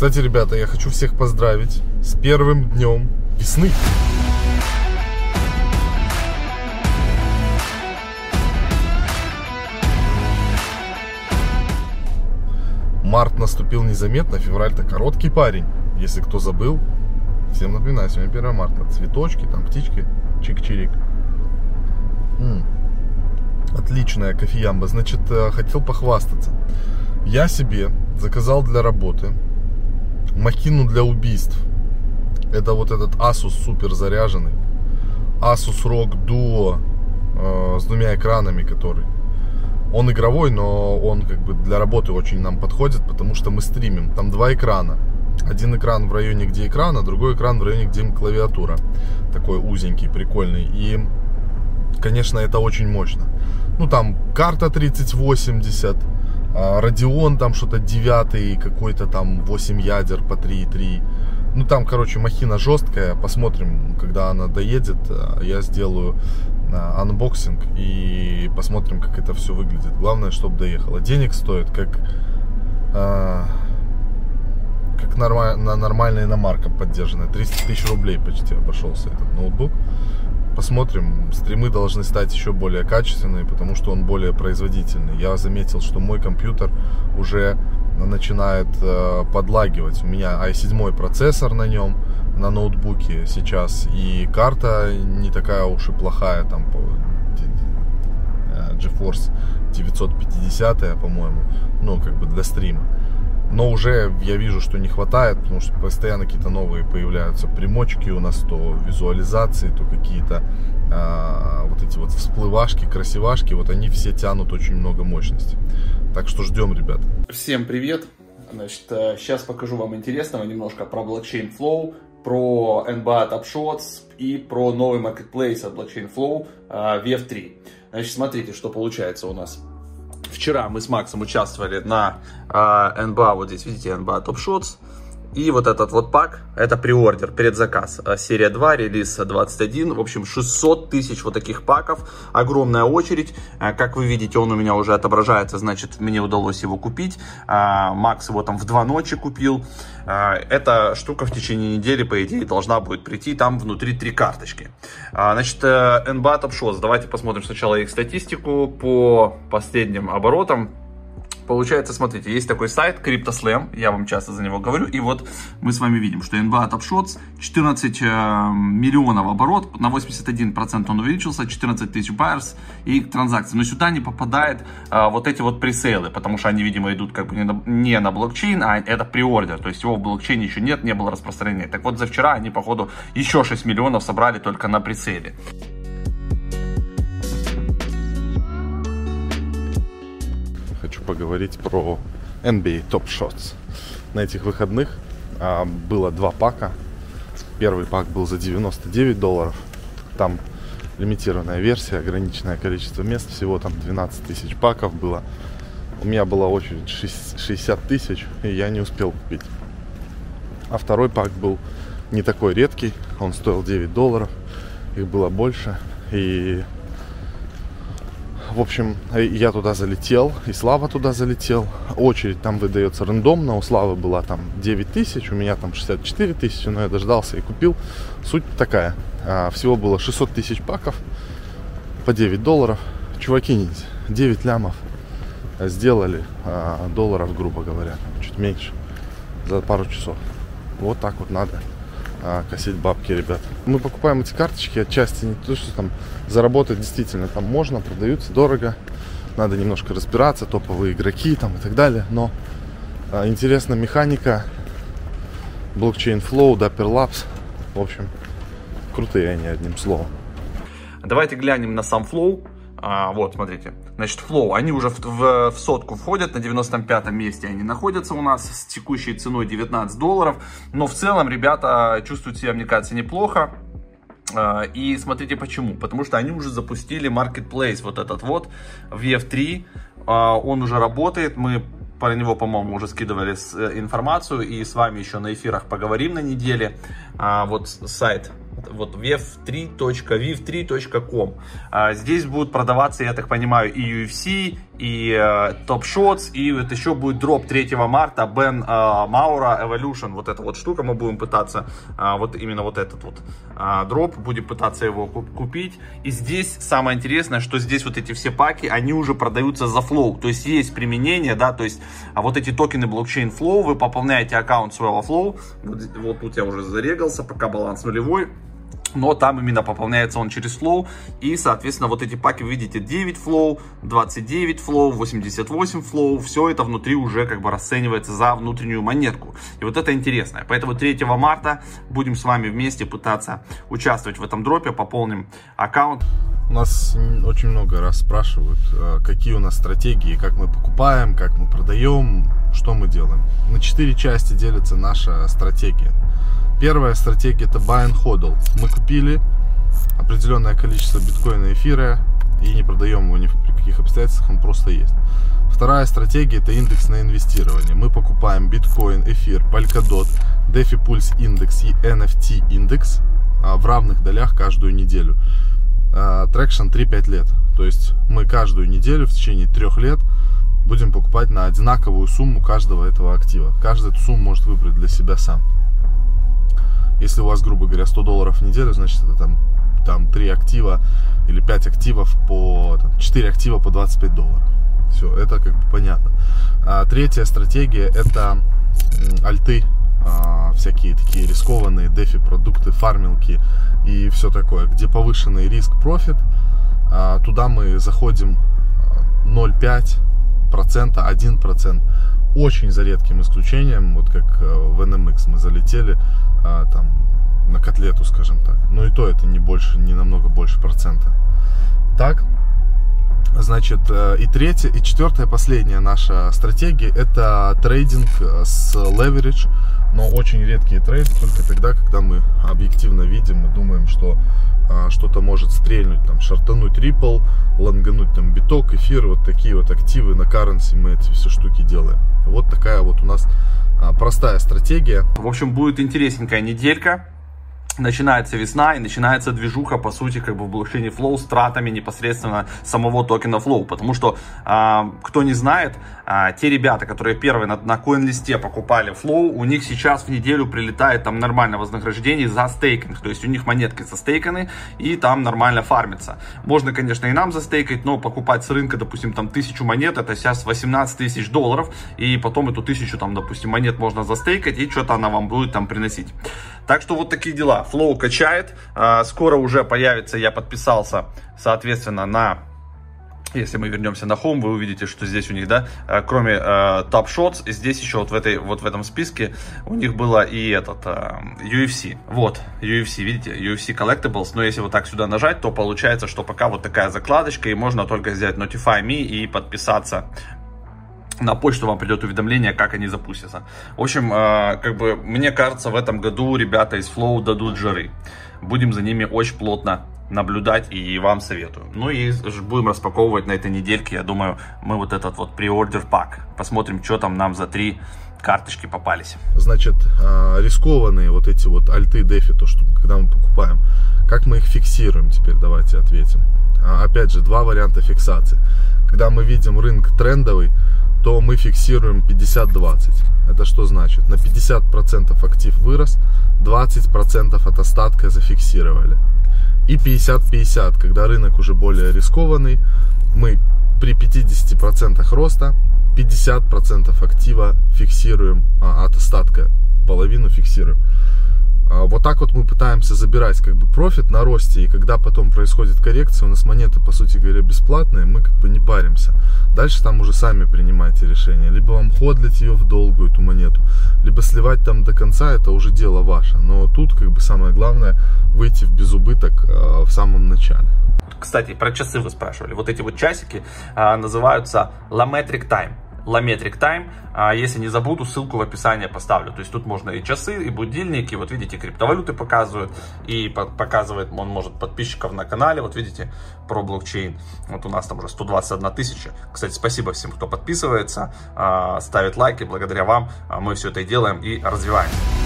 Кстати, ребята, я хочу всех поздравить с первым днем весны. Март наступил незаметно, февраль-то короткий парень. Если кто забыл, всем напоминаю, сегодня 1 марта. Цветочки, там птички, чик-чирик. Отличная кофеямба. Значит, хотел похвастаться. Я себе заказал для работы махину для убийств. Это вот этот Asus супер заряженный. Asus ROG Duo с 2 экранами, который. Он игровой, но он как бы для работы очень нам подходит, потому что мы стримим. Там 2 экрана. Один экран в районе, где экран, а другой экран в районе, где клавиатура. Такой узенький, прикольный. И, конечно, это очень мощно. Ну, там карта 3080, Radeon там что-то 9, какой-то там 8 ядер по 3,3. Ну, там, короче, махина жесткая. Посмотрим, когда она доедет, я сделаю анбоксинг и посмотрим, как это все выглядит. Главное, чтобы доехало. Денег стоит, как нормальная иномарка поддержанная. 300 тысяч рублей почти обошелся этот ноутбук. Посмотрим. Стримы должны стать еще более качественные, потому что он более производительный. Я заметил, что мой компьютер уже начинает подлагивать. У меня i7 процессор на нем, на ноутбуке сейчас, и карта не такая уж и плохая, там GeForce 950, по-моему, ну, как бы для стрима. Но уже я вижу, что не хватает, потому что постоянно какие-то новые появляются примочки у нас, то визуализации, то какие-то вот эти вот всплывашки, красивашки, вот они все тянут очень много мощности. Так что ждем, ребят. Всем привет! Значит, сейчас покажу вам интересного немножко про Blockchain Flow, про NBA Top Shots и про новый marketplace от Blockchain Flow VF3. Значит, смотрите, что получается у нас. Вчера мы с Максом участвовали на NBA, вот здесь видите, NBA Top Shots. И вот этот вот пак, это преордер, предзаказ, серия 2, релиз 21, в общем 600 тысяч вот таких паков, огромная очередь, как вы видите, он у меня уже отображается, значит, мне удалось его купить, Макс его там в 2 ночи купил, эта штука в течение недели, по идее, должна будет прийти, там внутри 3 карточки. Значит, NBA Top Shots, давайте посмотрим сначала их статистику по последним оборотам. Получается, смотрите, есть такой сайт CryptoSlam, я вам часто за него говорю, и вот мы с вами видим, что NBA Top Shots 14 миллионов оборот, на 81% он увеличился, 14 тысяч buyers и транзакций. Но сюда не попадает вот эти вот пресейлы, потому что они, видимо, идут как бы не на блокчейн, а это преордер, то есть его в блокчейне еще нет, не было распространения. Так вот, за вчера они, походу, еще 6 миллионов собрали только на пресейле. Хочу поговорить про NBA Top Shots. На этих выходных было 2 пака. Первый пак был за $99. Там лимитированная версия, ограниченное количество мест. Всего там 12 тысяч паков было. У меня была очередь 60 тысяч, и я не успел купить. А второй пак был не такой редкий. Он стоил $9. Их было больше. И... В общем, я туда залетел, и Слава туда залетел. Очередь там выдается рандомно. У Славы была там 9 тысяч, у меня там 64 тысячи, но я дождался и купил. Суть такая. Всего было 600 тысяч паков по $9. Чуваки, 9 лямов сделали долларов, грубо говоря, чуть меньше, за пару часов. Вот так вот надо косить бабки, ребят. Мы покупаем эти карточки отчасти не то, что там заработать действительно там можно, продаются дорого, надо немножко разбираться, топовые игроки там и так далее, но интересна механика, Blockchain Flow, Dapper Labs, в общем, крутые они, одним словом. Давайте глянем на сам Flow. Вот, смотрите. Значит, Flow, они уже в сотку входят, на 95-м месте они находятся у нас с текущей ценой $19. Но в целом ребята чувствуют себя, мне кажется, неплохо. И смотрите почему. Потому что они уже запустили Marketplace, вот этот вот, VF3. Он уже работает, мы про него, по-моему, уже скидывали информацию. И с вами еще на эфирах поговорим на неделе. Вот сайт вот vf3.com. Здесь будут продаваться, я так понимаю, и UFC, и Top Shots, и вот еще будет дроп 3 марта Ben Maura Evolution. Вот эта вот штука мы будем пытаться, вот именно вот этот вот дроп, будем пытаться его купить. И здесь самое интересное, что здесь вот эти все паки, они уже продаются за Flow. То есть есть применение, да, то есть вот эти токены блокчейн Flow, вы пополняете аккаунт своего Flow. Вот тут я уже зарегался, пока баланс нулевой. Но там именно пополняется он через Flow. И, соответственно, вот эти паки, вы видите, 9 Flow, 29 Flow, 88 Flow. Все это внутри уже как бы расценивается за внутреннюю монетку. И вот это интересно. Поэтому 3 марта будем с вами вместе пытаться участвовать в этом дропе. Пополним аккаунт. У нас очень много раз спрашивают, какие у нас стратегии, как мы покупаем, как мы продаем, что мы делаем. На 4 части делится наша стратегия. Первая стратегия — это buy and hodl. Мы купили определенное количество биткоина и эфира и не продаем его ни при каких обстоятельствах, он просто есть. Вторая стратегия — это индексное инвестирование. Мы покупаем биткоин, эфир, Polkadot, DeFi Pulse индекс и NFT индекс в равных долях каждую неделю. Traction 3-5 лет. То есть мы каждую неделю в течение 3 лет будем покупать на одинаковую сумму каждого этого актива. Каждый эту сумму может выбрать для себя сам. Если у вас, грубо говоря, $100 в неделю, значит это там 3 актива или 5 активов по 4 актива по $25. Все, это как бы понятно. Третья стратегия — это альты, всякие такие рискованные DeFi продукты, фармилки и все такое, где повышенный риск-профит. Туда мы заходим 0,5%, 1%. Очень за редким исключением, вот как в NMX мы залетели там на котлету, скажем так. Но и то это не больше, не намного больше процента. Так, значит, и третья, и четвертая, последняя наша стратегия — это трейдинг с leverage, но очень редкие трейды, только тогда, когда мы объективно видим и думаем, что что-то может стрельнуть, там, шортануть Ripple, лонгануть там биток, эфир, вот такие вот активы на currency, мы эти все штуки делаем. Вот такая вот у нас простая стратегия. В общем, будет интересненькая неделька. Начинается весна и начинается движуха, по сути, как бы в блокчейне Flow с тратами непосредственно самого токена Flow. Потому что, кто не знает, те ребята, которые первые на CoinList'е покупали Flow, у них сейчас в неделю прилетает там нормальное вознаграждение за стейкинг. То есть у них монетки застейканы и там нормально фармится. Можно, конечно, и нам застейкать, но покупать с рынка, допустим, там 1000 монет, это сейчас $18 тысяч. И потом эту 1000, там, допустим, монет можно застейкать, и что-то она вам будет там приносить. Так что вот такие дела. Flow качает. Скоро уже появится, я подписался, соответственно, на... Если мы вернемся на Home, вы увидите, что здесь у них, да, кроме Top Shots, здесь еще вот в этом списке у них было и этот UFC. Вот, UFC, видите, UFC Collectibles. Но если вот так сюда нажать, то получается, что пока вот такая закладочка, и можно только сделать Notify Me и подписаться. На почту вам придет уведомление, как они запустятся. В общем, как бы, мне кажется, в этом году ребята из Flow дадут жары. Будем за ними очень плотно наблюдать и вам советую. Ну и будем распаковывать на этой недельке, я думаю, мы вот этот вот pre-order пак. Посмотрим, что там нам за 3 карточки попались. Значит, рискованные вот эти вот альты DeFi, то, что когда мы покупаем, как мы их фиксируем, теперь давайте ответим. Опять же, 2 варианта фиксации. Когда мы видим рынок трендовый, то мы фиксируем 50-20. Это что значит? На 50% актив вырос, 20% от остатка зафиксировали. И 50-50, когда рынок уже более рискованный, мы при 50% роста 50% актива фиксируем от остатка, половину фиксируем. Вот так вот мы пытаемся забирать как бы профит на росте, и когда потом происходит коррекция, у нас монеты, по сути говоря, бесплатные, мы как бы не паримся. Дальше там уже сами принимайте решение. Либо вам ходлить ее в долгую, эту монету, либо сливать там до конца, это уже дело ваше. Но тут как бы самое главное выйти в безубыток в самом начале. Кстати, про часы вы спрашивали. Вот эти вот часики называются LaMetric Time. LaMetric Time, если не забуду, ссылку в описании поставлю. То есть тут можно и часы, и будильники, вот видите, криптовалюты показывают, и показывает, он может подписчиков на канале, вот видите, про блокчейн. Вот у нас там уже 121 тысяча. Кстати, спасибо всем, кто подписывается, ставит лайки, благодаря вам мы все это и делаем и развиваем.